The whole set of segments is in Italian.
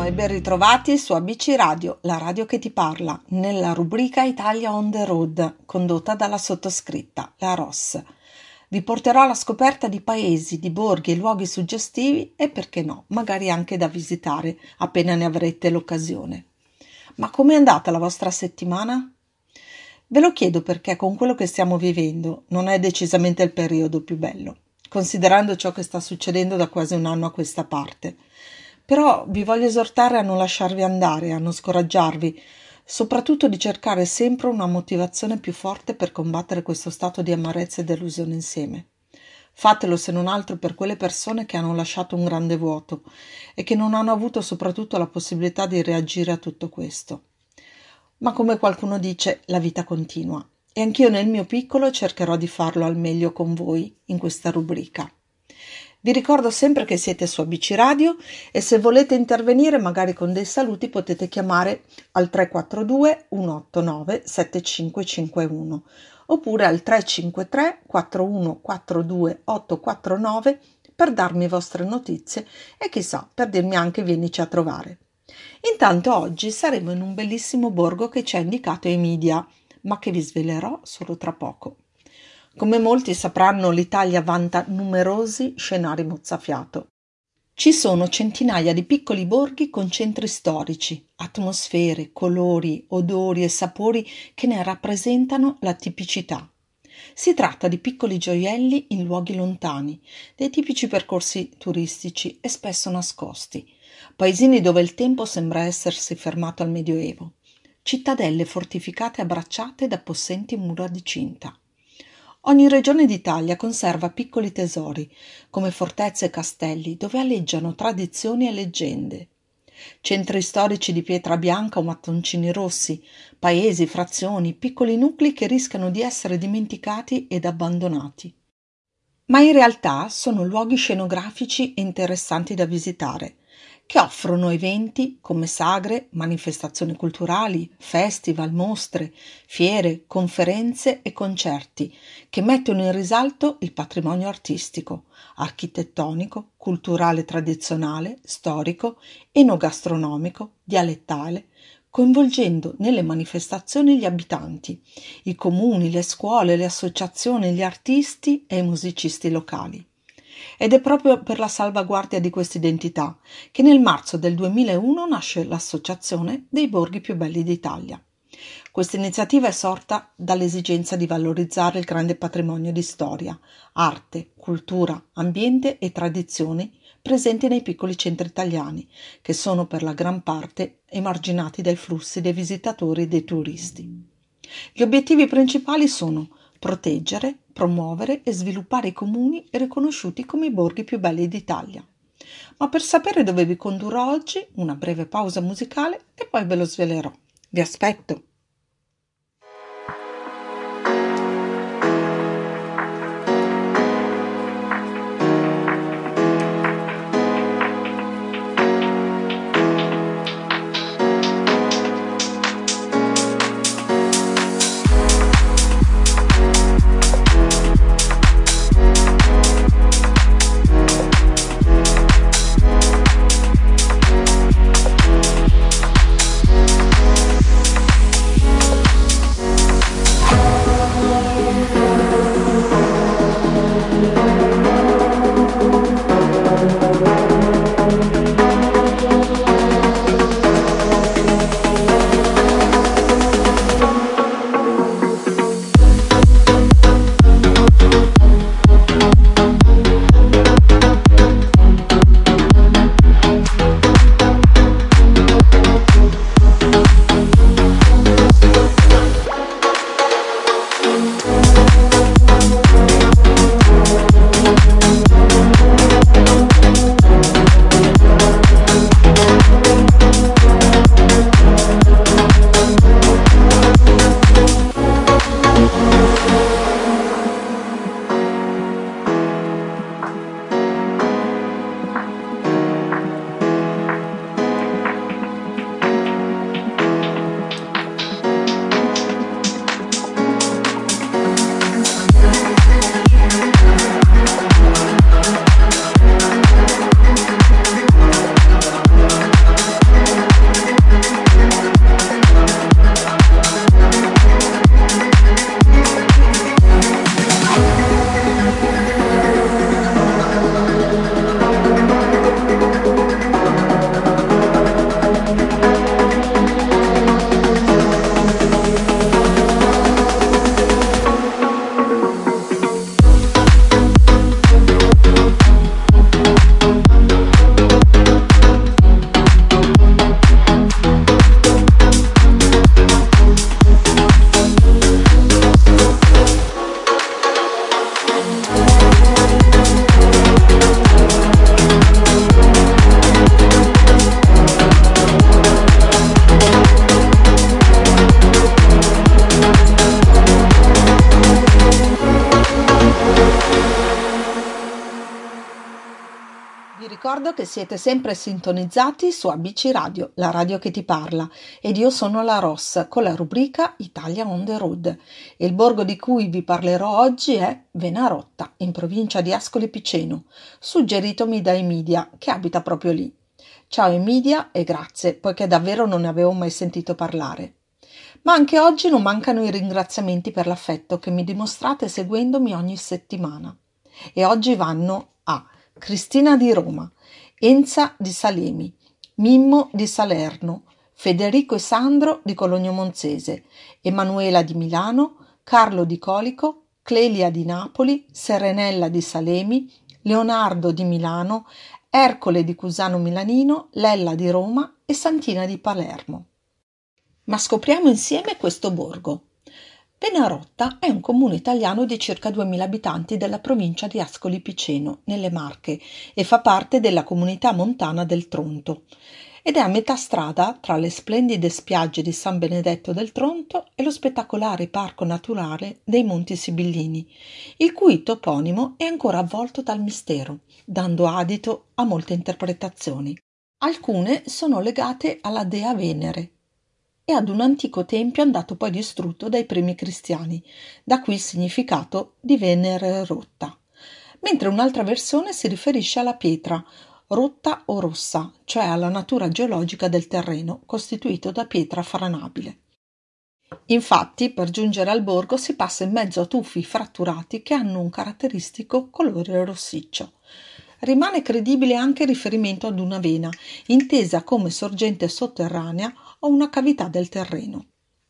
e ben ritrovati su ABC Radio, la radio che ti parla, nella rubrica Italia on the road, condotta dalla sottoscritta, la Ross. Vi porterò alla scoperta di paesi, di borghi e luoghi suggestivi e, perché no, magari anche da visitare appena ne avrete l'occasione. Ma com'è andata la vostra settimana? Ve lo chiedo perché con quello che stiamo vivendo non è decisamente il periodo più bello, considerando ciò che sta succedendo da quasi un anno a questa parte. Però vi voglio esortare a non lasciarvi andare, a non scoraggiarvi, soprattutto di cercare sempre una motivazione più forte per combattere questo stato di amarezza e delusione insieme. Fatelo se non altro per quelle persone che hanno lasciato un grande vuoto e che non hanno avuto soprattutto la possibilità di reagire a tutto questo. Ma come qualcuno dice, la vita continua e anch'io nel mio piccolo cercherò di farlo al meglio con voi in questa rubrica. Vi ricordo sempre che siete su ABC Radio e se volete intervenire magari con dei saluti potete chiamare al 342 189 7551 oppure al 353 4142 849 per darmi vostre notizie e chissà per dirmi anche vienici a trovare. Intanto oggi saremo in un bellissimo borgo che ci ha indicato Emidia, ma che vi svelerò solo tra poco. Come molti sapranno, l'Italia vanta numerosi scenari mozzafiato. Ci sono centinaia di piccoli borghi con centri storici, atmosfere, colori, odori e sapori che ne rappresentano la tipicità. Si tratta di piccoli gioielli in luoghi lontani, dei tipici percorsi turistici e spesso nascosti, paesini dove il tempo sembra essersi fermato al Medioevo, cittadelle fortificate abbracciate da possenti mura di cinta. Ogni regione d'Italia conserva piccoli tesori, come fortezze e castelli, dove aleggiano tradizioni e leggende. Centri storici di pietra bianca o mattoncini rossi, paesi, frazioni, piccoli nuclei che rischiano di essere dimenticati ed abbandonati. Ma in realtà sono luoghi scenografici e interessanti da visitare, che offrono eventi come sagre, manifestazioni culturali, festival, mostre, fiere, conferenze e concerti che mettono in risalto il patrimonio artistico, architettonico, culturale tradizionale, storico, enogastronomico, dialettale, coinvolgendo nelle manifestazioni gli abitanti, i comuni, le scuole, le associazioni, gli artisti e i musicisti locali. Ed è proprio per la salvaguardia di questa identità che nel marzo del 2001 nasce l'Associazione dei Borghi più belli d'Italia. Questa iniziativa è sorta dall'esigenza di valorizzare il grande patrimonio di storia, arte, cultura, ambiente e tradizioni presenti nei piccoli centri italiani, che sono per la gran parte emarginati dai flussi dei visitatori e dei turisti. Gli obiettivi principali sono proteggere, promuovere e sviluppare i comuni riconosciuti come i borghi più belli d'Italia. Ma per sapere dove vi condurrò oggi, una breve pausa musicale e poi ve lo svelerò. Vi aspetto! ricordo che siete sempre sintonizzati su ABC Radio, la radio che ti parla, ed io sono la Ross con la rubrica Italia on the road. E il borgo di cui vi parlerò oggi è Venarotta, in provincia di Ascoli Piceno, suggeritomi da Emidia, che abita proprio lì. Ciao Emidia e grazie, poiché davvero non ne avevo mai sentito parlare. Ma anche oggi non mancano i ringraziamenti per l'affetto che mi dimostrate seguendomi ogni settimana. E oggi vanno a Cristina di Roma, Enza di Salemi, Mimmo di Salerno, Federico e Sandro di Cologno Monzese, Emanuela di Milano, Carlo di Colico, Clelia di Napoli, Serenella di Salemi, Leonardo di Milano, Ercole di Cusano Milanino, Lella di Roma e Santina di Palermo. Ma scopriamo insieme questo borgo. Venarotta è un comune italiano di circa 2000 abitanti della provincia di Ascoli Piceno, nelle Marche, e fa parte della comunità montana del Tronto. Ed è a metà strada tra le splendide spiagge di San Benedetto del Tronto e lo spettacolare parco naturale dei Monti Sibillini, il cui toponimo è ancora avvolto dal mistero, dando adito a molte interpretazioni. Alcune sono legate alla dea Venere e ad un antico tempio andato poi distrutto dai primi cristiani, da qui il significato di Venere rotta, mentre un'altra versione si riferisce alla pietra, rotta o rossa, cioè alla natura geologica del terreno, costituito da pietra franabile. Infatti, per giungere al borgo si passa in mezzo a tuffi fratturati che hanno un caratteristico colore rossiccio. Rimane credibile anche il riferimento ad una vena, intesa come sorgente sotterranea o una cavità del terreno.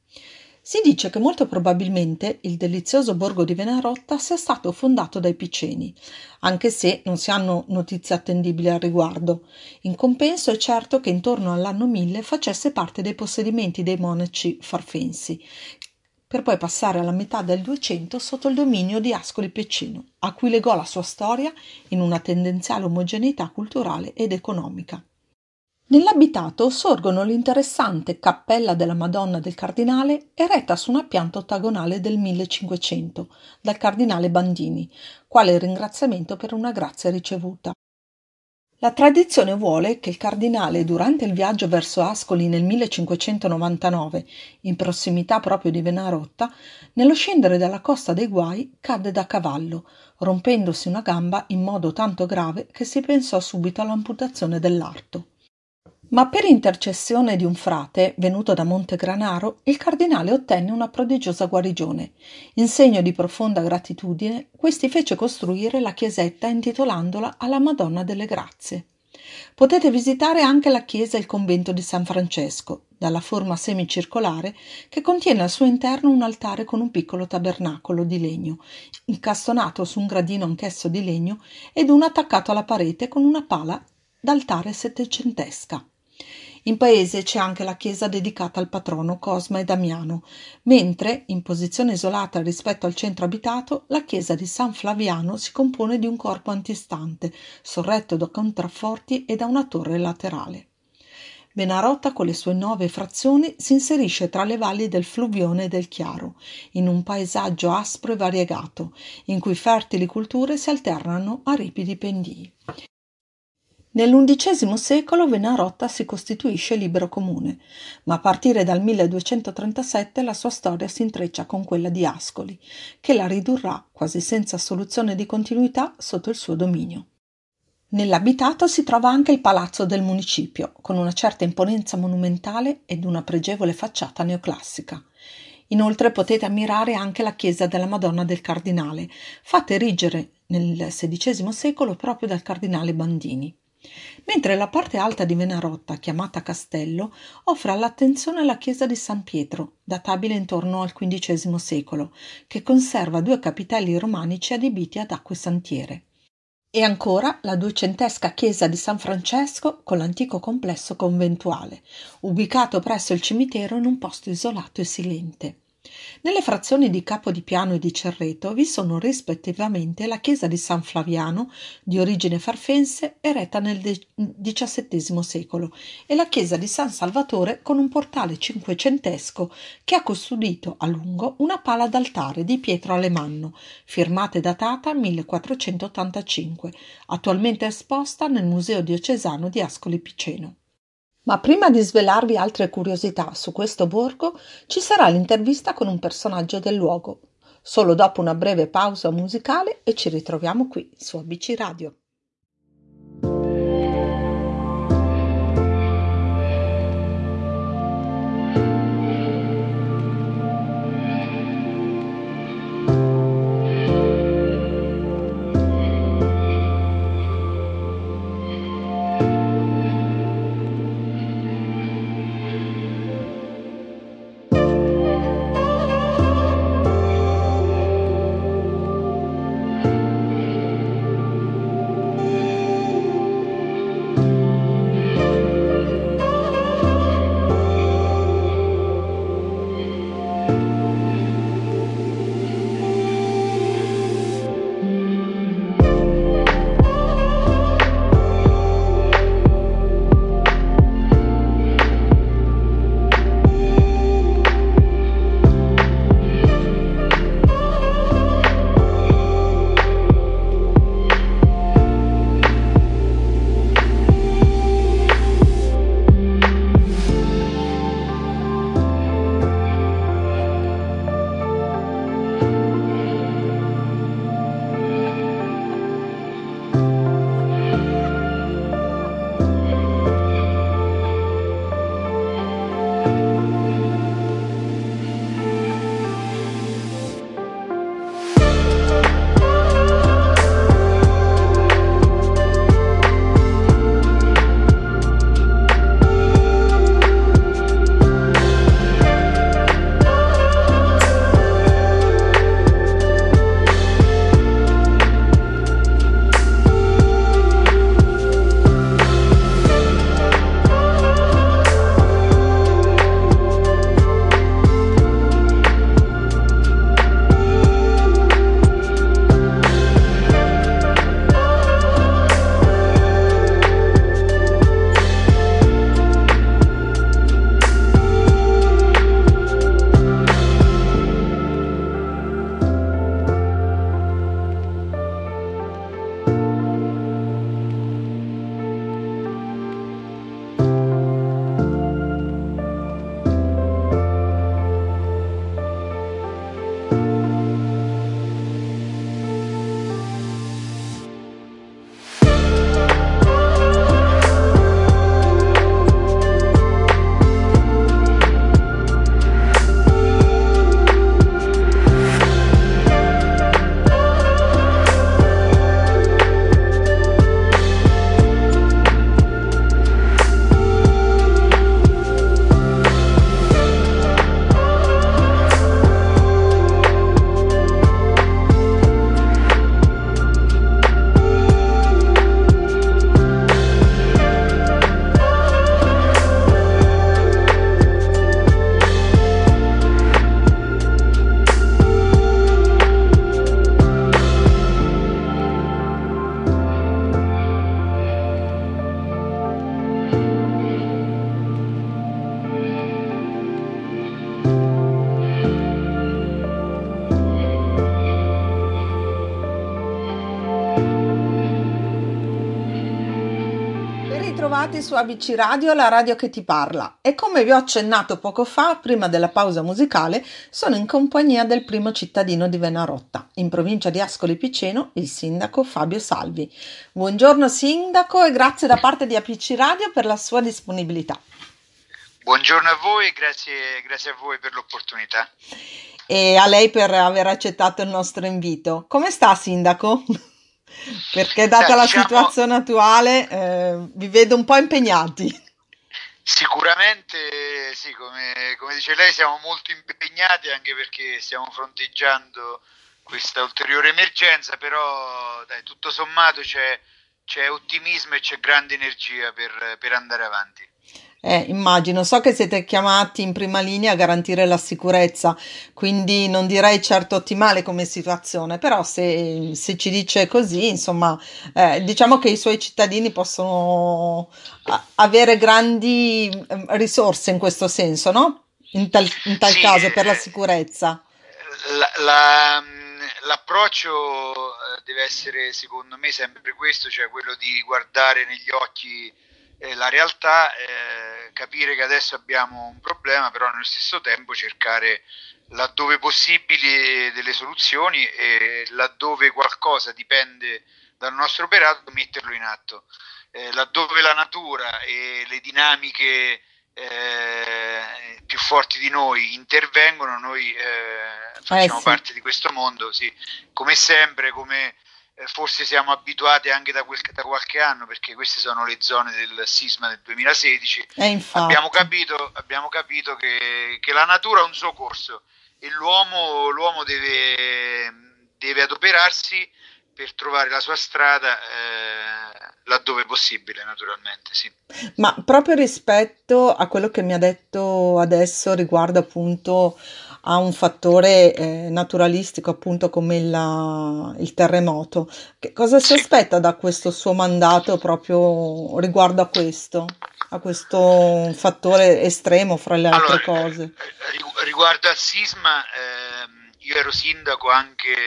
Si dice che molto probabilmente il delizioso borgo di Venarotta sia stato fondato dai Piceni, anche se non si hanno notizie attendibili al riguardo. In compenso è certo che intorno all'anno 1000 facesse parte dei possedimenti dei monaci farfensi, per poi passare alla metà del 200 sotto il dominio di Ascoli Piceno, a cui legò la sua storia in una tendenziale omogeneità culturale ed economica. Nell'abitato sorgono l'interessante Cappella della Madonna del Cardinale, eretta su una pianta ottagonale del 1500 dal cardinale Bandini, quale ringraziamento per una grazia ricevuta. La tradizione vuole che il cardinale, durante il viaggio verso Ascoli nel 1599, in prossimità proprio di Venarotta, nello scendere dalla Costa dei Guai cadde da cavallo, rompendosi una gamba in modo tanto grave che si pensò subito all'amputazione dell'arto. Ma per intercessione di un frate venuto da Montegranaro, il cardinale ottenne una prodigiosa guarigione. In segno di profonda gratitudine, questi fece costruire la chiesetta intitolandola alla Madonna delle Grazie. Potete visitare anche la chiesa e il convento di San Francesco, dalla forma semicircolare, che contiene al suo interno un altare con un piccolo tabernacolo di legno, incastonato su un gradino anch'esso di legno, ed uno attaccato alla parete con una pala d'altare settecentesca. In paese c'è anche la chiesa dedicata al patrono Cosma e Damiano, mentre, in posizione isolata rispetto al centro abitato, la chiesa di San Flaviano si compone di un corpo antistante, sorretto da contrafforti e da una torre laterale. Venarotta, con le sue 9 frazioni, si inserisce tra le valli del Fluvione e del Chiaro, in un paesaggio aspro e variegato, in cui fertili culture si alternano a ripidi pendii. Nell'undicesimo secolo Venarotta si costituisce libero comune, ma a partire dal 1237 la sua storia si intreccia con quella di Ascoli, che la ridurrà, quasi senza soluzione di continuità, sotto il suo dominio. Nell'abitato si trova anche il palazzo del municipio, con una certa imponenza monumentale ed una pregevole facciata neoclassica. Inoltre potete ammirare anche la chiesa della Madonna del Cardinale, fatta erigere nel XVI secolo proprio dal cardinale Bandini. Mentre la parte alta di Venarotta, chiamata Castello, offre all'attenzione la chiesa di San Pietro, databile intorno al XV secolo, che conserva 2 capitelli romanici adibiti ad acque santiere. E ancora la duecentesca chiesa di San Francesco con l'antico complesso conventuale, ubicato presso il cimitero in un posto isolato e silente. Nelle frazioni di Capodipiano e di Cerreto vi sono rispettivamente la chiesa di San Flaviano, di origine farfense, eretta nel XVII secolo, e la chiesa di San Salvatore con un portale cinquecentesco che ha custodito a lungo una pala d'altare di Pietro Alemanno, firmata e datata 1485, attualmente esposta nel Museo Diocesano di Ascoli Piceno. Ma prima di svelarvi altre curiosità su questo borgo, ci sarà l'intervista con un personaggio del luogo. Solo dopo una breve pausa musicale e ci ritroviamo qui su ABC Radio. Ritrovati su ABC Radio, la radio che ti parla. E come vi ho accennato poco fa, prima della pausa musicale, sono in compagnia del primo cittadino di Venarotta, in provincia di Ascoli Piceno, il sindaco Fabio Salvi. Buongiorno sindaco e grazie da parte di ABC Radio per la sua disponibilità. Buongiorno a voi e grazie a voi per l'opportunità. E a lei per aver accettato il nostro invito. Come sta, sindaco? Perché data la situazione attuale vi vedo un po' impegnati. Sicuramente sì, come dice lei, siamo molto impegnati anche perché stiamo fronteggiando questa ulteriore emergenza, però dai, tutto sommato c'è ottimismo e c'è grande energia per andare avanti. Immagino, so che siete chiamati in prima linea a garantire la sicurezza, quindi non direi certo ottimale come situazione, però se ci dice così, insomma, diciamo che i suoi cittadini possono avere grandi risorse in questo senso, no? In tal Sì, caso per la sicurezza. l'approccio deve essere, secondo me, sempre questo, cioè quello di guardare negli occhi la realtà, capire che adesso abbiamo un problema, però nello stesso tempo cercare laddove possibili delle soluzioni e laddove qualcosa dipende dal nostro operato metterlo in atto. Laddove la natura e le dinamiche più forti di noi intervengono, noi Eh facciamo sì, parte di questo mondo, sì. Come sempre, come forse siamo abituati anche da qualche anno, perché queste sono le zone del sisma del 2016, infatti. abbiamo capito che la natura ha un suo corso e l'uomo deve adoperarsi per trovare la sua strada laddove possibile, naturalmente, sì. Ma proprio rispetto a quello che mi ha detto adesso riguardo appunto a un fattore naturalistico appunto come il terremoto, che cosa si Sì. aspetta da questo suo mandato proprio riguardo a questo fattore estremo fra le Allora, altre cose? riguardo al sisma, io ero sindaco anche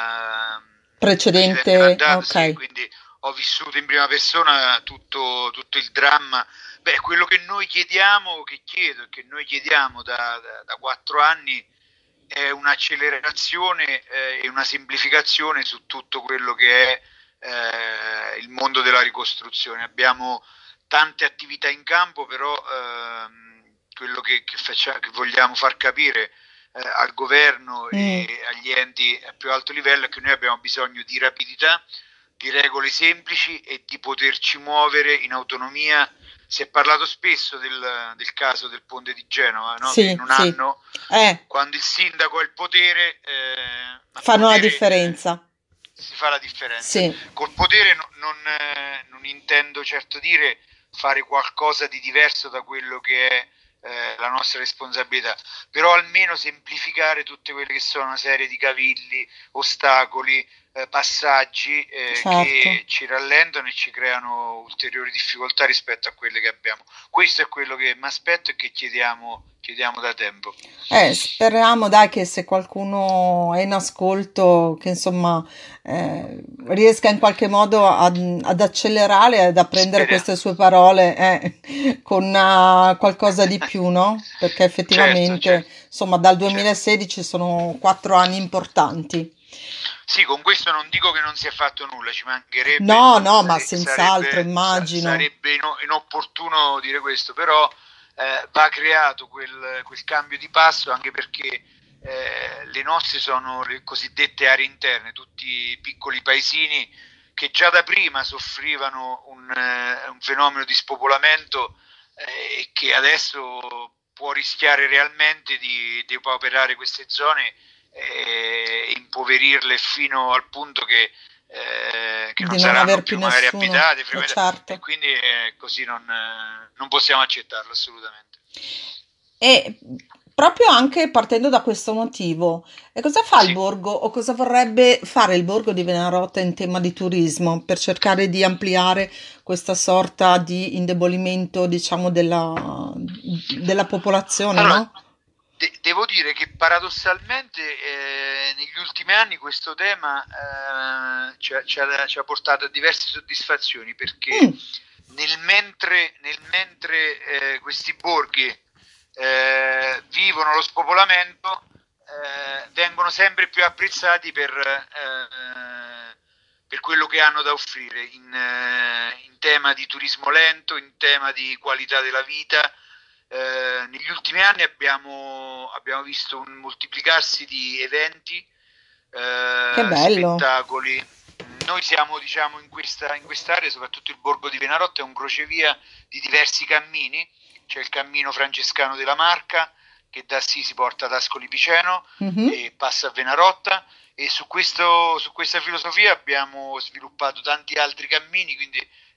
nella precedente Precedente, mandata, ok, sì, quindi ho vissuto in prima persona tutto il dramma. Beh, quello che noi chiediamo, che chiedo e che noi chiediamo da 4 anni è un'accelerazione e una semplificazione su tutto quello che è il mondo della ricostruzione. Abbiamo tante attività in campo, però quello che vogliamo far capire al governo mm, e agli enti a più alto livello è che noi abbiamo bisogno di rapidità, di regole semplici e di poterci muovere in autonomia. Si è parlato spesso del caso del ponte di Genova, no? Che in sì, un sì, anno, eh, quando il sindaco ha il potere, ma il fanno la potere differenza, si fa la differenza. sì. Col potere non intendo certo dire fare qualcosa di diverso da quello che è la nostra responsabilità, però almeno semplificare tutte quelle che sono una serie di cavilli, ostacoli, passaggi Certo. che ci rallentano e ci creano ulteriori difficoltà rispetto a quelle che abbiamo. Questo è quello che mi aspetto e che chiediamo da tempo. Speriamo dai che se qualcuno è in ascolto, che insomma riesca in qualche modo ad accelerare, ad apprendere Speriamo. queste sue parole con qualcosa di più, no? Perché Certo, effettivamente, certo, insomma, dal certo. 2016 sono 4 anni importanti. Sì, con questo non dico che non si è fatto nulla, ci mancherebbe, No, no, ma senz'altro, immagino. sarebbe inopportuno dire questo, però va creato quel cambio di passo anche perché le nostre sono le cosiddette aree interne, tutti piccoli paesini che già da prima soffrivano un fenomeno di spopolamento e che adesso può rischiare realmente di depauperare queste zone e impoverirle fino al punto che non Di non saranno aver più più magari nessuno, abitate, è e certo. quindi così non possiamo accettarlo assolutamente. E proprio anche partendo da questo motivo, e cosa fa il Sì. borgo o cosa vorrebbe fare il borgo di Venarota in tema di turismo per cercare di ampliare questa sorta di indebolimento, diciamo, della popolazione, Allora, no? devo dire che paradossalmente negli ultimi anni questo tema ci ha portato a diverse soddisfazioni perché Mm, nel mentre questi borghi vivono lo spopolamento, vengono sempre più apprezzati per quello che hanno da offrire in tema di turismo lento, in tema di qualità della vita. Negli ultimi anni abbiamo visto un moltiplicarsi di eventi, che bello. spettacoli. Noi siamo, diciamo, in quest'area, soprattutto il borgo di Venarotta, è un crocevia di diversi cammini. C'è il cammino francescano della Marca, che da Assisi porta ad Ascoli Piceno Mhm. e passa a Venarotta. E su questa filosofia abbiamo sviluppato tanti altri cammini, quindi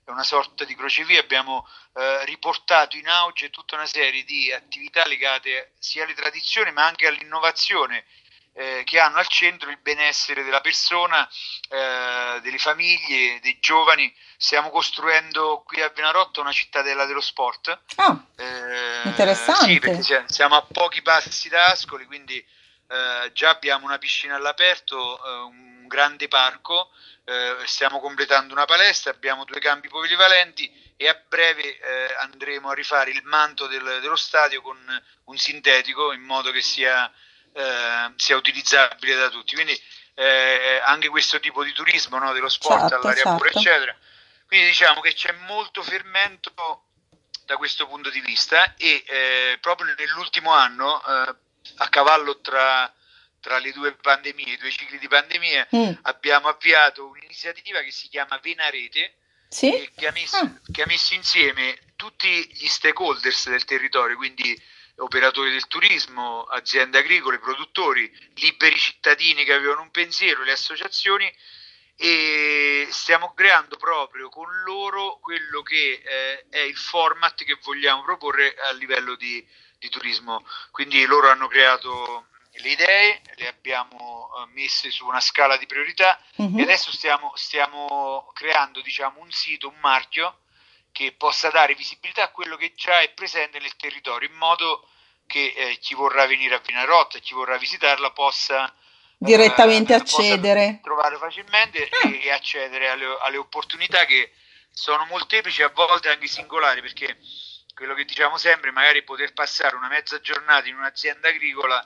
è una sorta di crocevia, abbiamo riportato in auge tutta una serie di attività legate sia alle tradizioni ma anche all'innovazione, che hanno al centro il benessere della persona, delle famiglie, dei giovani. Stiamo costruendo qui a Venarotto una cittadella dello sport. Ah, Sì, perché interessante. siamo a pochi passi da Ascoli, quindi già abbiamo una piscina all'aperto, un grande parco, stiamo completando una palestra, abbiamo due campi polivalenti e a breve andremo a rifare il manto dello stadio con un sintetico in modo che sia utilizzabile da tutti. Quindi anche questo tipo di turismo, no, dello sport Certo, all'aria pura, certo. eccetera. Quindi diciamo che c'è molto fermento da questo punto di vista e proprio nell'ultimo anno, a cavallo tra le due pandemie, i due cicli di pandemia, Mm, abbiamo avviato un'iniziativa che si chiama Venarete sì? e Ah, che ha messo insieme tutti gli stakeholders del territorio, quindi operatori del turismo, aziende agricole, produttori, liberi cittadini che avevano un pensiero, le associazioni, e stiamo creando proprio con loro quello che è il format che vogliamo proporre a livello di turismo. Quindi loro hanno creato le idee, le abbiamo messe su una scala di priorità e mhm. adesso stiamo creando, diciamo, un sito, un marchio che possa dare visibilità a quello che già è presente nel territorio, in modo che chi vorrà venire a Vinarotta e chi vorrà visitarla Direttamente possa accedere. trovare facilmente Ah, e accedere alle opportunità che sono molteplici, a volte anche singolari, perché quello che diciamo sempre, magari poter passare una mezza giornata in un'azienda agricola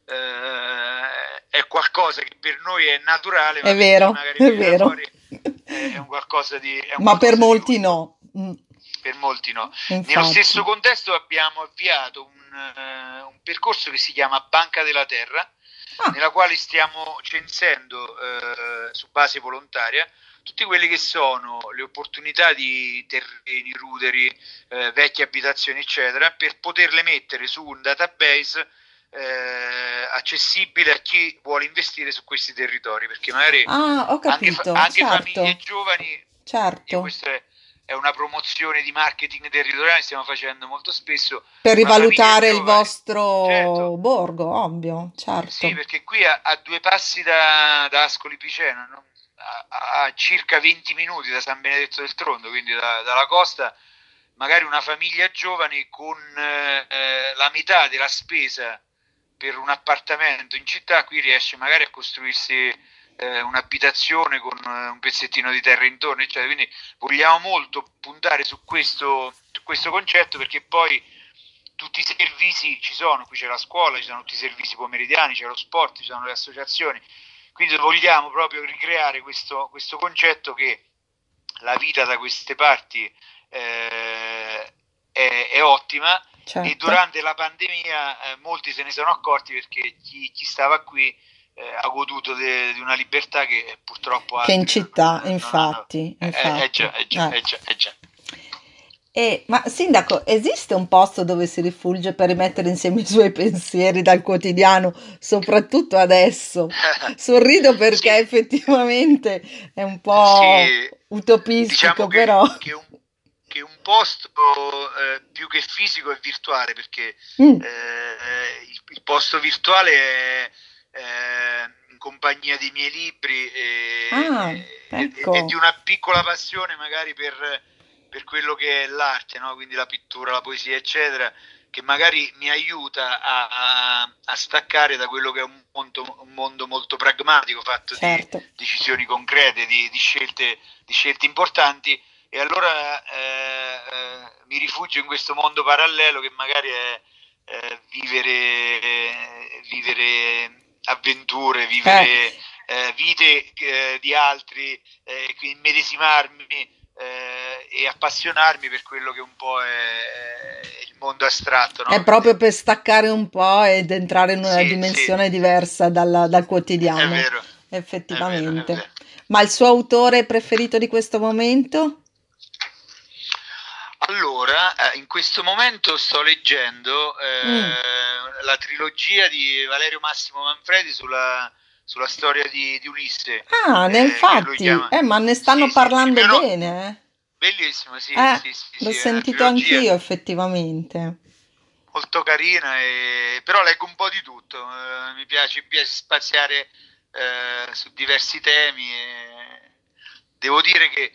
è qualcosa che per noi è naturale, ma è per chi vero, magari è viene da vero. fuori è un Ma per qualcosa di molti unico. no. Per molti no. Nello stesso Infatti. contesto abbiamo avviato un percorso che si chiama Banca della Terra, Ah, nella quale stiamo censendo su base volontaria tutte quelle che sono le opportunità di terreni, ruderi, vecchie abitazioni, eccetera, per poterle mettere su un database accessibile a chi vuole investire su questi territori, perché magari ho capito, anche famiglie certo, giovani, io certo. questa è una promozione di marketing territoriale che stiamo facendo molto spesso, Per una famiglia rivalutare il giovane, vostro certo, borgo, ovvio, sì, certo. perché qui a due passi da Ascoli Piceno, no? A circa 20 minuti da San Benedetto del Tronto, quindi dalla costa, magari una famiglia giovane con la metà della spesa per un appartamento in città, qui riesce magari a costruirsi un'abitazione con un pezzettino di terra intorno, eccetera. Quindi vogliamo molto puntare su questo concetto, perché poi tutti i servizi ci sono, qui c'è la scuola, ci sono tutti i servizi pomeridiani, c'è lo sport, ci sono le associazioni, quindi vogliamo proprio ricreare questo concetto che la vita da queste parti è ottima e Certo. durante la pandemia molti se ne sono accorti, perché chi stava qui ha goduto di una libertà che purtroppo Che in altri città, non hanno. infatti, infatti. Già, è già. Ma sindaco, esiste un posto dove si rifugge per rimettere insieme i suoi pensieri dal quotidiano, soprattutto adesso? Sorrido perché Sì, effettivamente è un po' sì, diciamo utopistico, però. che un posto più che fisico è virtuale, perché Mm. il posto virtuale è in compagnia dei miei libri Ah, e di ecco, una piccola passione magari per quello che è l'arte, no? Quindi la pittura, la poesia, eccetera, che magari mi aiuta a staccare da quello che è un mondo molto pragmatico, fatto di certo. decisioni concrete, di scelte importanti, e allora mi rifugio in questo mondo parallelo che magari è vivere avventure, Eh, vivere vite di altri, quindi medesimarmi e appassionarmi per quello che un po' è il mondo astratto, è no? proprio per staccare un po' ed entrare in una Sì, sì, dimensione diversa dal è quotidiano, vero, è vero, è effettivamente. vero. Ma il suo autore preferito di questo momento? Allora, in questo momento sto leggendo Mm. la trilogia di Valerio Massimo Manfredi sulla storia di Ulisse, Ah, ne che lui infatti, chiama. ma ne stanno Sì, sì, parlando bene, eh? bellissimo, sì, sì, sì, L'ho sì, è una sentito trilogia anch'io effettivamente. molto carina, però leggo un po' di tutto, mi piace spaziare su diversi temi e devo dire che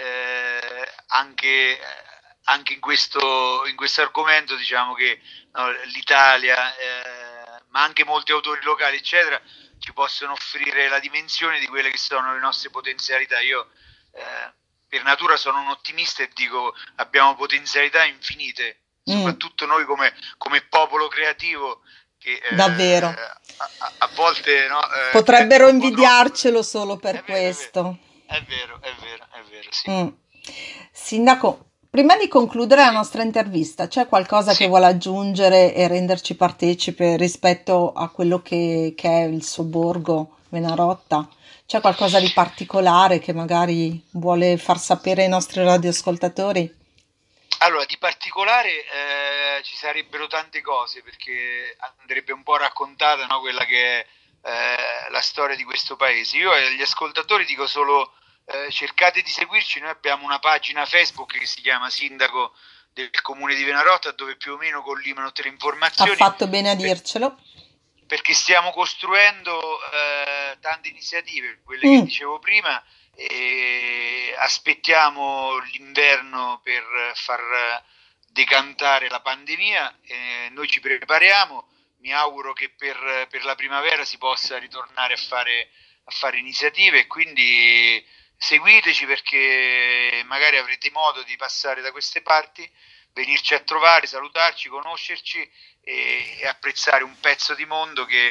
anche in questo argomento diciamo che no, l'Italia, ma anche molti autori locali, eccetera, ci possono offrire la dimensione di quelle che sono le nostre potenzialità. Io per natura sono un ottimista e dico abbiamo potenzialità infinite, Mm, soprattutto noi come popolo creativo che davvero. a volte no, Potrebbero creativo un po' troppo. invidiarcelo solo per È vero, è vero, questo. è vero, è vero, è vero, sì. Mm. Sindaco, prima di concludere la Sì, nostra intervista, c'è qualcosa che sì. vuole aggiungere e renderci partecipe rispetto a quello che è il suo borgo, Venarotta? C'è qualcosa di particolare che magari vuole far sapere ai nostri radioascoltatori? Allora, di particolare ci sarebbero tante cose perché andrebbe un po' raccontata, no, quella che è la storia di questo paese. Io agli ascoltatori dico solo cercate di seguirci, noi abbiamo una pagina Facebook che si chiama Sindaco del Comune di Venarotta dove più o meno collimano tutte le Ha informazioni fatto bene a dircelo. perché stiamo costruendo tante iniziative, quelle che Mm, dicevo prima, e aspettiamo l'inverno per far decantare la pandemia, noi ci prepariamo, mi auguro che per la primavera si possa ritornare a fare iniziative e quindi seguiteci perché magari avrete modo di passare da queste parti, venirci a trovare, salutarci, conoscerci e apprezzare un pezzo di mondo che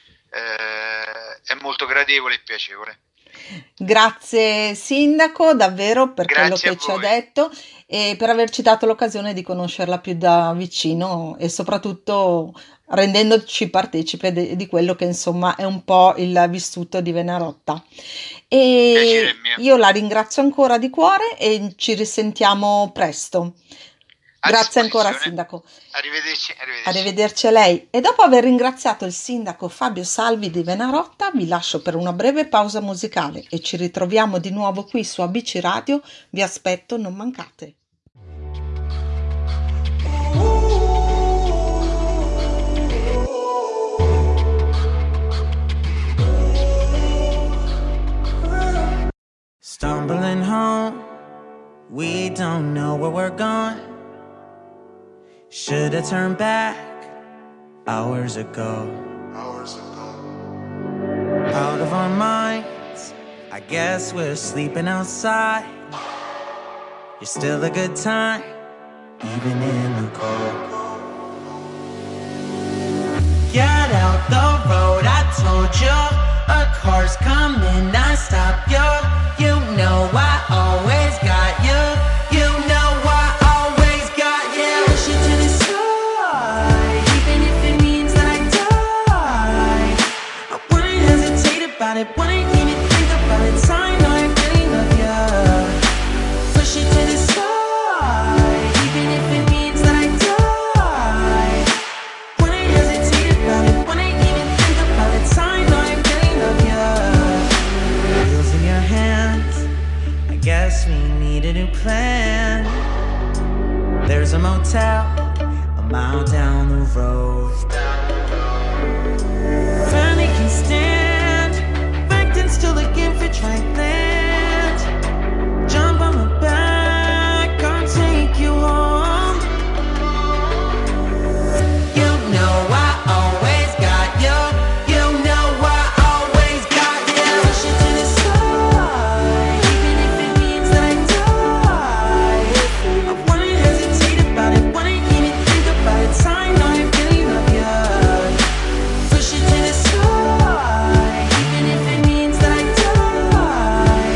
è molto gradevole e piacevole. grazie Sindaco, davvero per quello Grazie a che ci ha voi, detto e per averci dato l'occasione di conoscerla più da vicino e soprattutto rendendoci partecipe di quello che insomma è un po' il vissuto di Venarotta. piacere è E mio, io la ringrazio ancora di cuore e ci risentiamo presto. a Grazie ancora, disposizione. Sindaco. Arrivederci, arrivederci. Arrivederci a lei. E dopo aver ringraziato il sindaco Fabio Salvi di Venarotta, vi lascio per una breve pausa musicale e ci ritroviamo di nuovo qui su ABC Radio. Vi aspetto, non mancate. Stumbling home, we don't know where we're going. Should've turned back hours ago. Out of our minds, I guess we're sleeping outside. You're still a good time, even in the cold. Get out the road, I told you. A car's coming, I stop you. You know I always got you. You know I always got you. Push it to the side, even if it means that I die. I wouldn't hesitate about it, wouldn't even think about it. I know I really love you. Push it to the side, even if it means that I die. Wouldn't hesitate about it, wouldn't even think about it. I know I really love you. Wheels in your hands, I guess we need a new plan. There's a motel a mile down the road. Finally can stand, backed and still looking for dry land. Jump on my back, I'll take you home. You know I always got you. You know I always got you. Push it to the side, even if it means that I die. I wouldn't hesitate about it, wouldn't even think about it. I know I really love you. Push it to the side, even if it means that I die.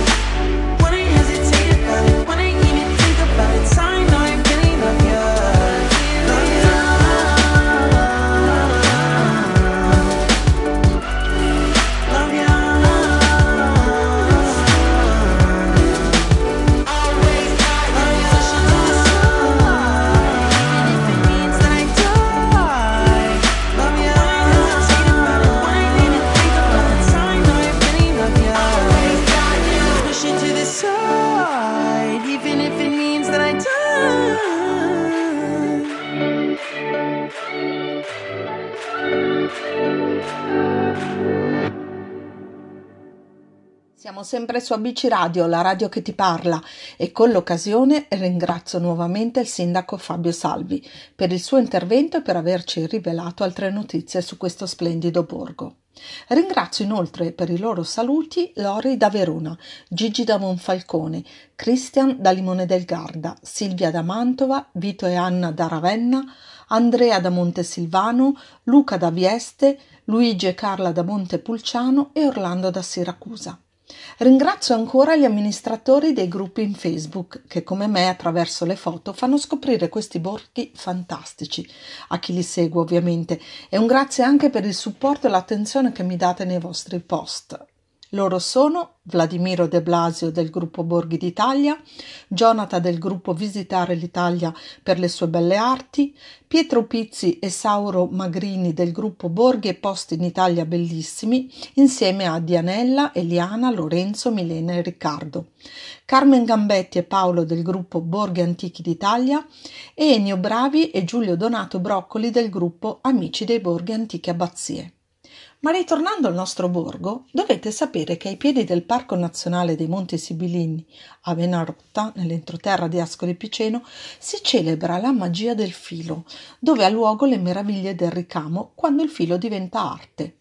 Siamo sempre su ABC Radio, la radio che ti parla, e con l'occasione ringrazio nuovamente il sindaco Fabio Salvi per il suo intervento e per averci rivelato altre notizie su questo splendido borgo. Ringrazio inoltre per i loro saluti Lori da Verona, Gigi da Monfalcone, Cristian da Limone del Garda, Silvia da Mantova, Vito e Anna da Ravenna, Andrea da Montesilvano, Luca da Vieste, Luigi e Carla da Montepulciano e Orlando da Siracusa. Ringrazio ancora gli amministratori dei gruppi in Facebook che, come me, attraverso le foto fanno scoprire questi borghi fantastici, a chi li segue ovviamente, e un grazie anche per il supporto e l'attenzione che mi date nei vostri post. Loro sono Vladimiro De Blasio del gruppo Borghi d'Italia, Jonathan del gruppo Visitare l'Italia per le sue belle arti, Pietro Pizzi e Sauro Magrini del gruppo Borghi e Posti in Italia Bellissimi, insieme a Dianella, Eliana, Lorenzo, Milena e Riccardo, Carmen Gambetti e Paolo del gruppo Borghi Antichi d'Italia e Ennio Bravi e Giulio Donato Broccoli del gruppo Amici dei Borghi Antichi Abbazie. Ma ritornando al nostro borgo, dovete sapere che ai piedi del Parco Nazionale dei Monti Sibillini, a Venarotta, nell'entroterra di Ascoli Piceno, si celebra la magia del filo, dove ha luogo le meraviglie del ricamo quando il filo diventa arte.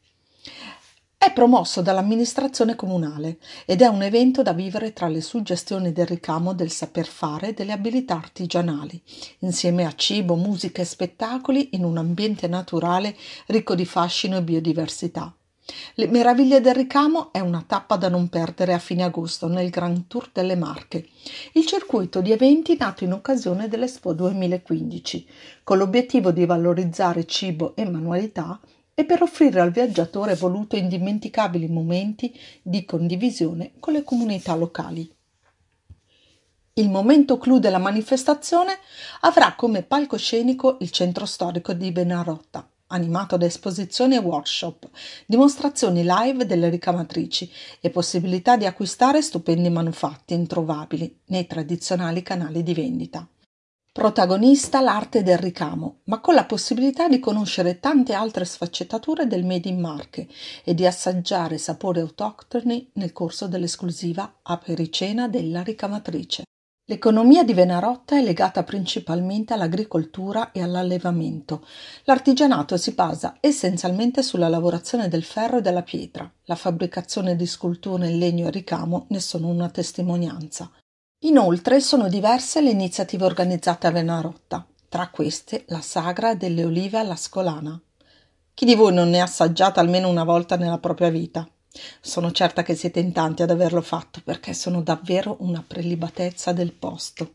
È promosso dall'amministrazione comunale ed è un evento da vivere tra le suggestioni del ricamo, del saper fare e delle abilità artigianali, insieme a cibo, musica e spettacoli in un ambiente naturale ricco di fascino e biodiversità. Le meraviglie del ricamo è una tappa da non perdere a fine agosto nel Grand Tour delle Marche, il circuito di eventi nato in occasione dell'Expo 2015, con l'obiettivo di valorizzare cibo e manualità e per offrire al viaggiatore voluto indimenticabili momenti di condivisione con le comunità locali. Il momento clou della manifestazione avrà come palcoscenico il centro storico di Venarotta, animato da esposizioni e workshop, dimostrazioni live delle ricamatrici e possibilità di acquistare stupendi manufatti introvabili nei tradizionali canali di vendita. Protagonista l'arte del ricamo, ma con la possibilità di conoscere tante altre sfaccettature del Made in Marche e di assaggiare sapori autoctoni nel corso dell'esclusiva apericena della ricamatrice. L'economia di Venarotta è legata principalmente all'agricoltura e all'allevamento. L'artigianato si basa essenzialmente sulla lavorazione del ferro e della pietra. La fabbricazione di sculture in legno e ricamo ne sono una testimonianza. Inoltre sono diverse le iniziative organizzate a Venarotta, tra queste la Sagra delle Olive alla Scolana. Chi di voi non ne ha assaggiata almeno una volta nella propria vita? Sono certa che siete in tanti ad averlo fatto perché sono davvero una prelibatezza del posto.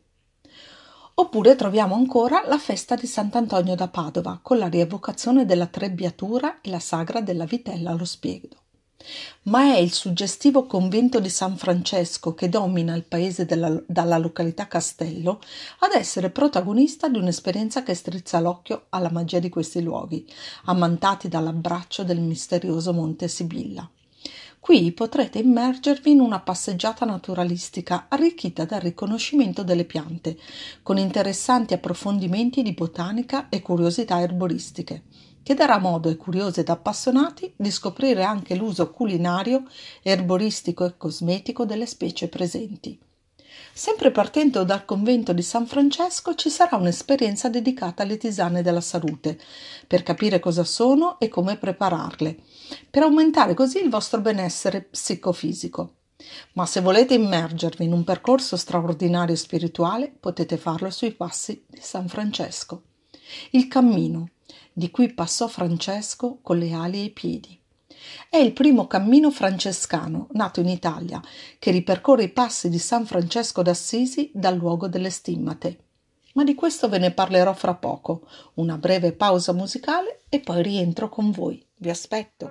Oppure troviamo ancora la festa di Sant'Antonio da Padova con la rievocazione della Trebbiatura e la Sagra della Vitella allo Spiedo. Ma è il suggestivo convento di San Francesco che domina il paese dalla località Castello ad essere protagonista di un'esperienza che strizza l'occhio alla magia di questi luoghi, ammantati dall'abbraccio del misterioso Monte Sibilla. Qui potrete immergervi in una passeggiata naturalistica arricchita dal riconoscimento delle piante, con interessanti approfondimenti di botanica e curiosità erboristiche, che darà modo ai curiosi ed appassionati di scoprire anche l'uso culinario, erboristico e cosmetico delle specie presenti. Sempre partendo dal convento di San Francesco ci sarà un'esperienza dedicata alle tisane della salute, per capire cosa sono e come prepararle, per aumentare così il vostro benessere psicofisico. Ma se volete immergervi in un percorso straordinario e spirituale, potete farlo sui passi di San Francesco. Il cammino, di cui passò Francesco con le ali ai piedi. È il primo cammino francescano nato in Italia che ripercorre i passi di San Francesco d'Assisi dal luogo delle stimmate. Ma di questo ve ne parlerò fra poco. Una breve pausa musicale e poi rientro con voi. Vi aspetto.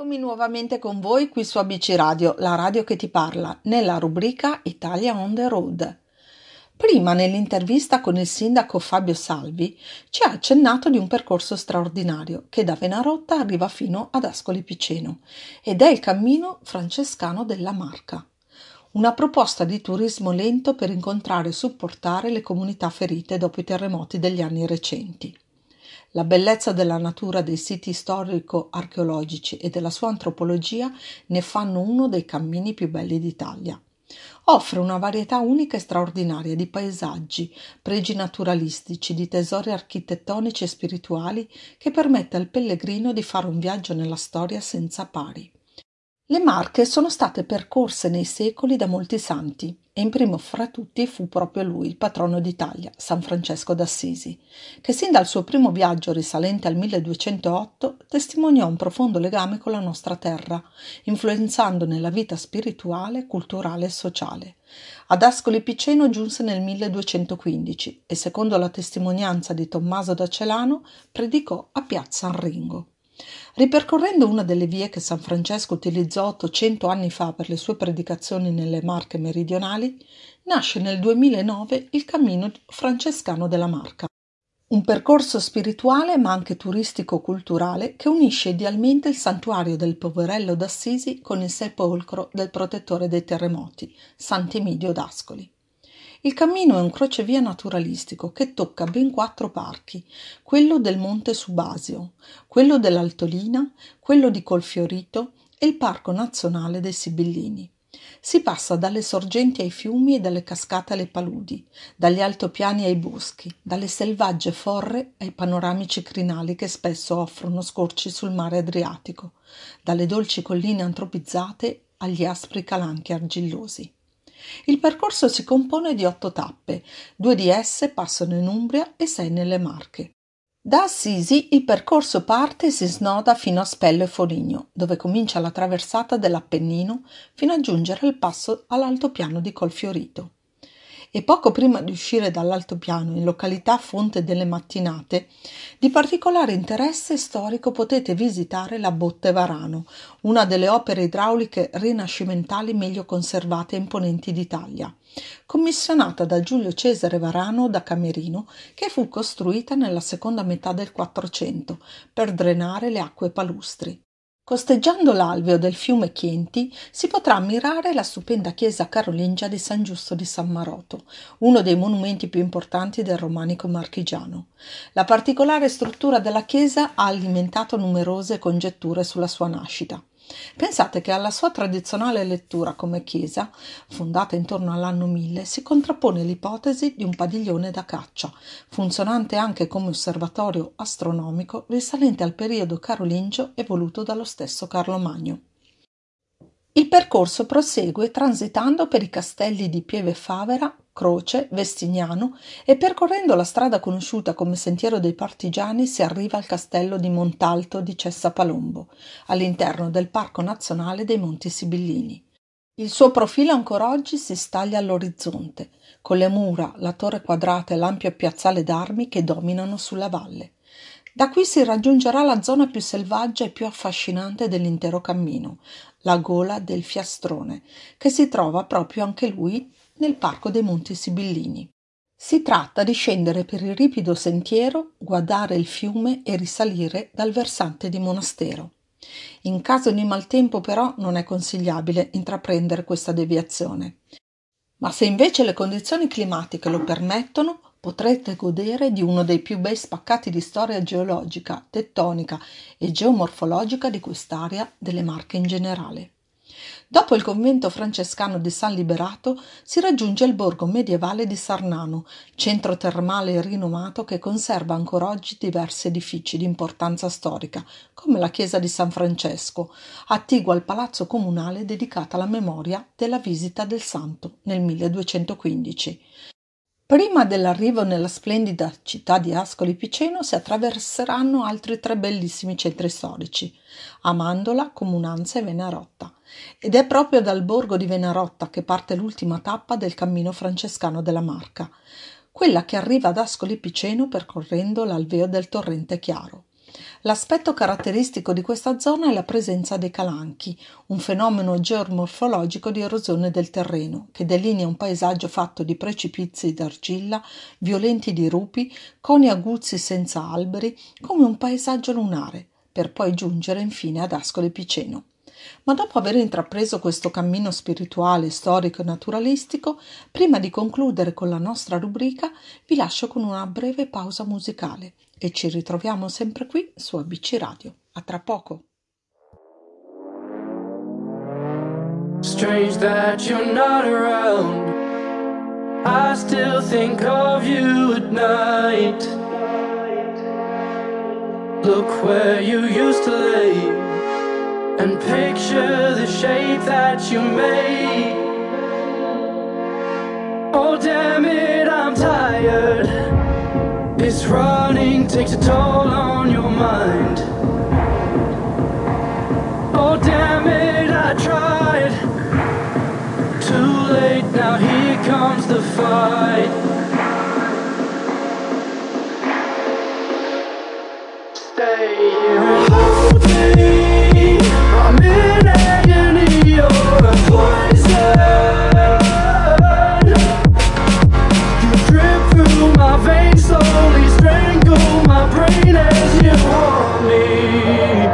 Eccomi nuovamente con voi qui su ABC Radio, la radio che ti parla, nella rubrica Italia on the road. Prima, nell'intervista con il sindaco Fabio Salvi, ci ha accennato di un percorso straordinario che da Venarotta arriva fino ad Ascoli Piceno ed è il cammino francescano della Marca. Una proposta di turismo lento per incontrare e supportare le comunità ferite dopo i terremoti degli anni recenti. La bellezza della natura, dei siti storico-archeologici e della sua antropologia ne fanno uno dei cammini più belli d'Italia. Offre una varietà unica e straordinaria di paesaggi, pregi naturalistici, di tesori architettonici e spirituali che permette al pellegrino di fare un viaggio nella storia senza pari. Le Marche sono state percorse nei secoli da molti santi e in primo fra tutti fu proprio lui, il patrono d'Italia, San Francesco d'Assisi, che sin dal suo primo viaggio risalente al 1208 testimoniò un profondo legame con la nostra terra, influenzandone la vita spirituale, culturale e sociale. Ad Ascoli Piceno giunse nel 1215 e, secondo la testimonianza di Tommaso da Celano, predicò a Piazza Arringo. Ripercorrendo una delle vie che San Francesco utilizzò 800 anni fa per le sue predicazioni nelle Marche meridionali, nasce nel 2009 il Cammino francescano della Marca, un percorso spirituale ma anche turistico-culturale che unisce idealmente il santuario del Poverello d'Assisi con il sepolcro del protettore dei terremoti, Sant'Emidio d'Ascoli. Il cammino è un crocevia naturalistico che tocca ben 4 parchi, quello del Monte Subasio, quello dell'Altolina, quello di Colfiorito e il Parco Nazionale dei Sibillini. Si passa dalle sorgenti ai fiumi e dalle cascate alle paludi, dagli altopiani ai boschi, dalle selvagge forre ai panoramici crinali che spesso offrono scorci sul mare Adriatico, dalle dolci colline antropizzate agli aspri calanchi argillosi. Il percorso si compone di 8 tappe, 2 di esse passano in Umbria e 6 nelle Marche. Da Assisi il percorso parte e si snoda fino a Spello e Foligno, dove comincia la traversata dell'Appennino fino a giungere al passo all'altopiano di Colfiorito. E poco prima di uscire dall'altopiano, in località Fonte delle Mattinate, di particolare interesse storico potete visitare la Botte Varano, una delle opere idrauliche rinascimentali meglio conservate e imponenti d'Italia, commissionata da Giulio Cesare Varano da Camerino, che fu costruita nella seconda metà del 400 per drenare le acque palustri. Costeggiando l'alveo del fiume Chienti si potrà ammirare la stupenda chiesa carolingia di San Giusto di San Maroto, uno dei monumenti più importanti del romanico marchigiano. La particolare struttura della chiesa ha alimentato numerose congetture sulla sua nascita. Pensate che alla sua tradizionale lettura come chiesa, fondata intorno all'anno 1000, si contrappone l'ipotesi di un padiglione da caccia, funzionante anche come osservatorio astronomico risalente al periodo carolingio e voluto dallo stesso Carlo Magno. Il percorso prosegue transitando per i castelli di Pieve Favera, Croce, Vestignano e percorrendo la strada conosciuta come Sentiero dei Partigiani si arriva al castello di Montalto di Cessa Palombo, all'interno del Parco Nazionale dei Monti Sibillini. Il suo profilo ancora oggi si staglia all'orizzonte, con le mura, la torre quadrata e l'ampio piazzale d'armi che dominano sulla valle. Da qui si raggiungerà la zona più selvaggia e più affascinante dell'intero cammino, la Gola del Fiastrone, che si trova proprio anche lui nel Parco dei Monti Sibillini. Si tratta di scendere per il ripido sentiero, guardare il fiume e risalire dal versante di Monastero. In caso di maltempo però non è consigliabile intraprendere questa deviazione. Ma se invece le condizioni climatiche lo permettono, potrete godere di uno dei più bei spaccati di storia geologica, tettonica e geomorfologica di quest'area delle Marche in generale. Dopo il convento francescano di San Liberato si raggiunge il borgo medievale di Sarnano, centro termale rinomato che conserva ancora oggi diversi edifici di importanza storica, come la chiesa di San Francesco, attigua al palazzo comunale dedicato alla memoria della visita del santo nel 1215. Prima dell'arrivo nella splendida città di Ascoli Piceno si attraverseranno altri 3 bellissimi centri storici, Amandola, Comunanza e Venarotta, ed è proprio dal borgo di Venarotta che parte l'ultima tappa del cammino francescano della Marca, quella che arriva ad Ascoli Piceno percorrendo l'alveo del torrente Chiaro. L'aspetto caratteristico di questa zona è la presenza dei calanchi, un fenomeno geomorfologico di erosione del terreno, che delinea un paesaggio fatto di precipizi d'argilla, violenti dirupi, coni aguzzi senza alberi, come un paesaggio lunare, per poi giungere infine ad Ascoli Piceno. Ma dopo aver intrapreso questo cammino spirituale, storico e naturalistico, prima di concludere con la nostra rubrica, vi lascio con una breve pausa musicale e ci ritroviamo sempre qui su ABC Radio. A tra poco! Strange that you're not around. I still think of you at night. Look where you used to lay and picture the shape that you made. Oh damn it, I'm tired. This running takes a toll on your mind. Oh damn it, I tried. Too late, now here comes the fight. Stay here and hold me. I'm in agony, you're a poison. You drip through my veins, slowly strangle my brain as you hold me.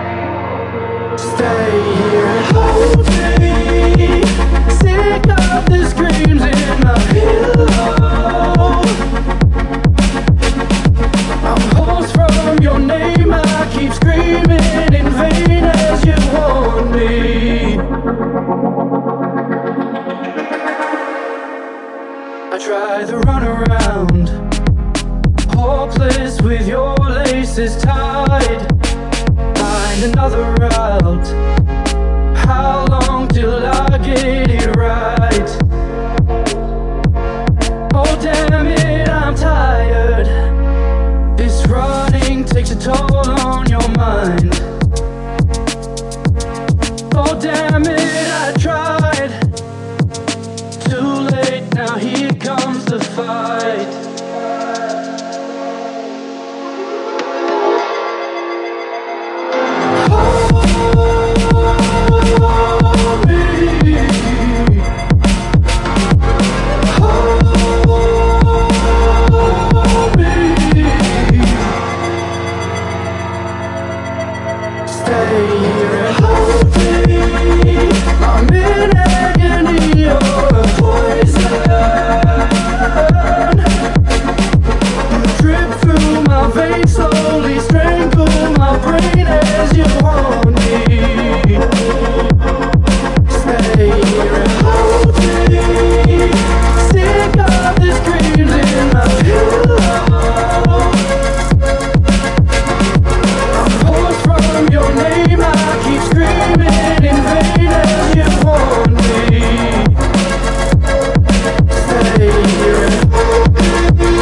Stay here and hold me. Sick of the screams in my pillow. I'm hoarse from your name, I keep screaming in vain as you warn me. I try the runaround, hopeless with your laces tied. Find another route. How long till I get it right? Oh damn it, I'm tired. This running takes a toll on your mind. Oh damn it, I tried. Too late, now here comes the fight. Slowly strangle my brain as you hold me. Stay here and hold me. Sick of the screams in my pillow. I'm hoarse from your name, I keep screaming in vain as you hold me. Stay here and hold me.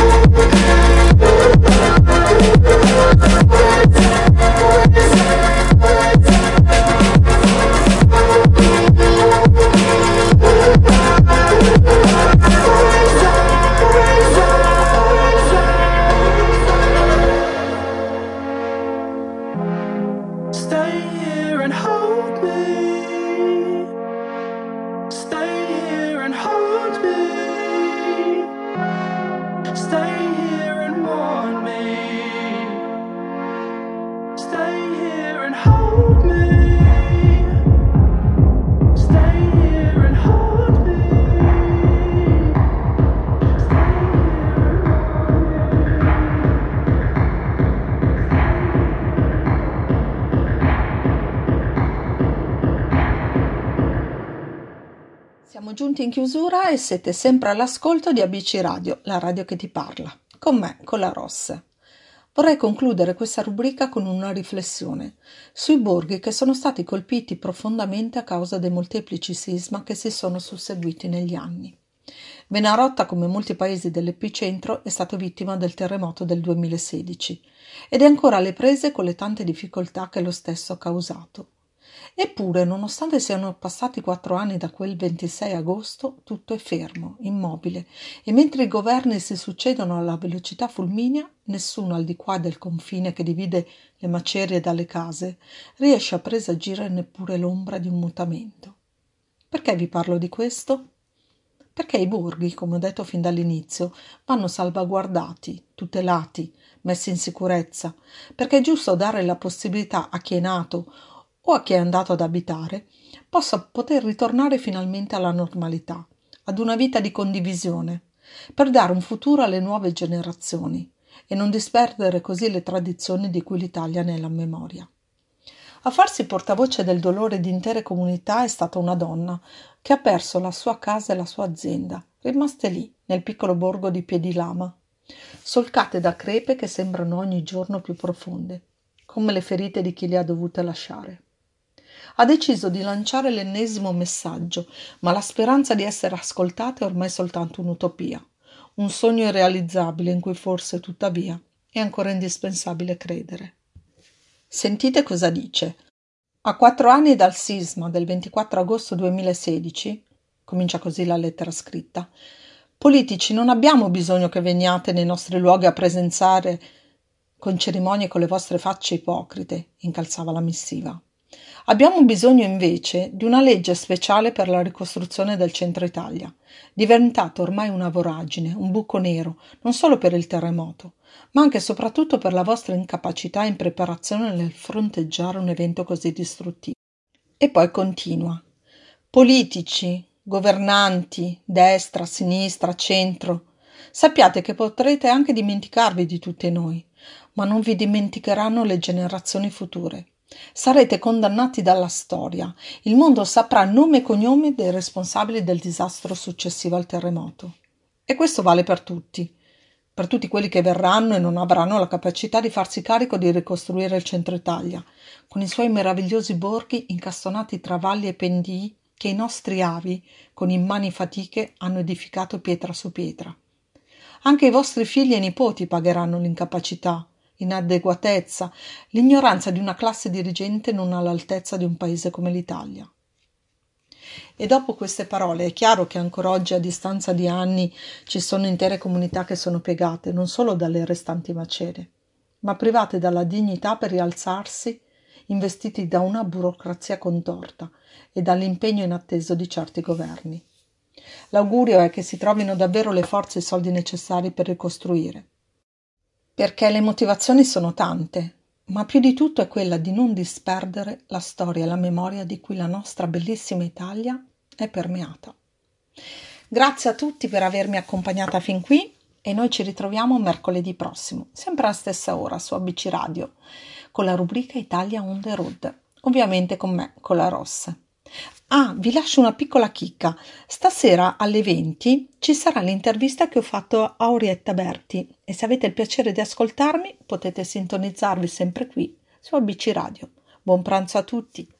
Stay here and hold me. Stay here and hold me. Stay here and warn me. Stay here and hold me. Stay here and hold me. Siamo giunti in chiusura e siete sempre all'ascolto di ABC Radio, la radio che ti parla, con me, con la Ross. Vorrei concludere questa rubrica con una riflessione sui borghi che sono stati colpiti profondamente a causa dei molteplici sisma che si sono susseguiti negli anni. Benarotta, come molti paesi dell'epicentro, è stato vittima del terremoto del 2016 ed è ancora alle prese con le tante difficoltà che lo stesso ha causato. Eppure, nonostante siano passati 4 anni da quel 26 agosto, tutto è fermo, immobile, e mentre i governi si succedono alla velocità fulminea, nessuno al di qua del confine che divide le macerie dalle case riesce a presagire neppure l'ombra di un mutamento. Perché vi parlo di questo? Perché i borghi, come ho detto fin dall'inizio, vanno salvaguardati, tutelati, messi in sicurezza, perché è giusto dare la possibilità a chi è nato o a chi è andato ad abitare possa poter ritornare finalmente alla normalità, ad una vita di condivisione, per dare un futuro alle nuove generazioni e non disperdere così le tradizioni di cui l'Italia ne è la memoria. A farsi portavoce del dolore di intere comunità è stata una donna che ha perso la sua casa e la sua azienda, rimaste lì, nel piccolo borgo di Piedilama, solcate da crepe che sembrano ogni giorno più profonde, come le ferite di chi le ha dovute lasciare. Ha deciso di lanciare l'ennesimo messaggio, ma la speranza di essere ascoltate è ormai soltanto un'utopia, un sogno irrealizzabile in cui forse, tuttavia, è ancora indispensabile credere. Sentite cosa dice. A 4 anni dal sisma del 24 agosto 2016, comincia così la lettera scritta, politici, non abbiamo bisogno che veniate nei nostri luoghi a presenziare con cerimonie con le vostre facce ipocrite, incalzava la missiva. Abbiamo bisogno invece di una legge speciale per la ricostruzione del centro Italia, diventato ormai una voragine, un buco nero, non solo per il terremoto, ma anche e soprattutto per la vostra incapacità e impreparazione nel fronteggiare un evento così distruttivo. E poi continua. Politici, governanti, destra, sinistra, centro, sappiate che potrete anche dimenticarvi di tutti noi, ma non vi dimenticheranno le generazioni future. Sarete condannati dalla storia. Il mondo saprà nome e cognome dei responsabili del disastro successivo al terremoto. E questo vale per tutti quelli che verranno e non avranno la capacità di farsi carico di ricostruire il centro Italia, con i suoi meravigliosi borghi incastonati tra valli e pendii che i nostri avi, con immani fatiche, hanno edificato pietra su pietra. Anche i vostri figli e nipoti pagheranno l'incapacità, l'inadeguatezza, l'ignoranza di una classe dirigente non all'altezza di un paese come l'Italia. E dopo queste parole è chiaro che ancora oggi, a distanza di anni, ci sono intere comunità che sono piegate non solo dalle restanti macerie, ma private dalla dignità per rialzarsi, investiti da una burocrazia contorta e dall'impegno inatteso di certi governi. L'augurio è che si trovino davvero le forze e i soldi necessari per ricostruire, perché le motivazioni sono tante, ma più di tutto è quella di non disperdere la storia e la memoria di cui la nostra bellissima Italia è permeata. Grazie a tutti per avermi accompagnata fin qui e noi ci ritroviamo mercoledì prossimo, sempre alla stessa ora su ABC Radio, con la rubrica Italia on the road, ovviamente con me, con la Ross. Ah, vi lascio una piccola chicca. Stasera alle 20 ci sarà l'intervista che ho fatto a Orietta Berti e se avete il piacere di ascoltarmi potete sintonizzarvi sempre qui su ABC Radio. Buon pranzo a tutti!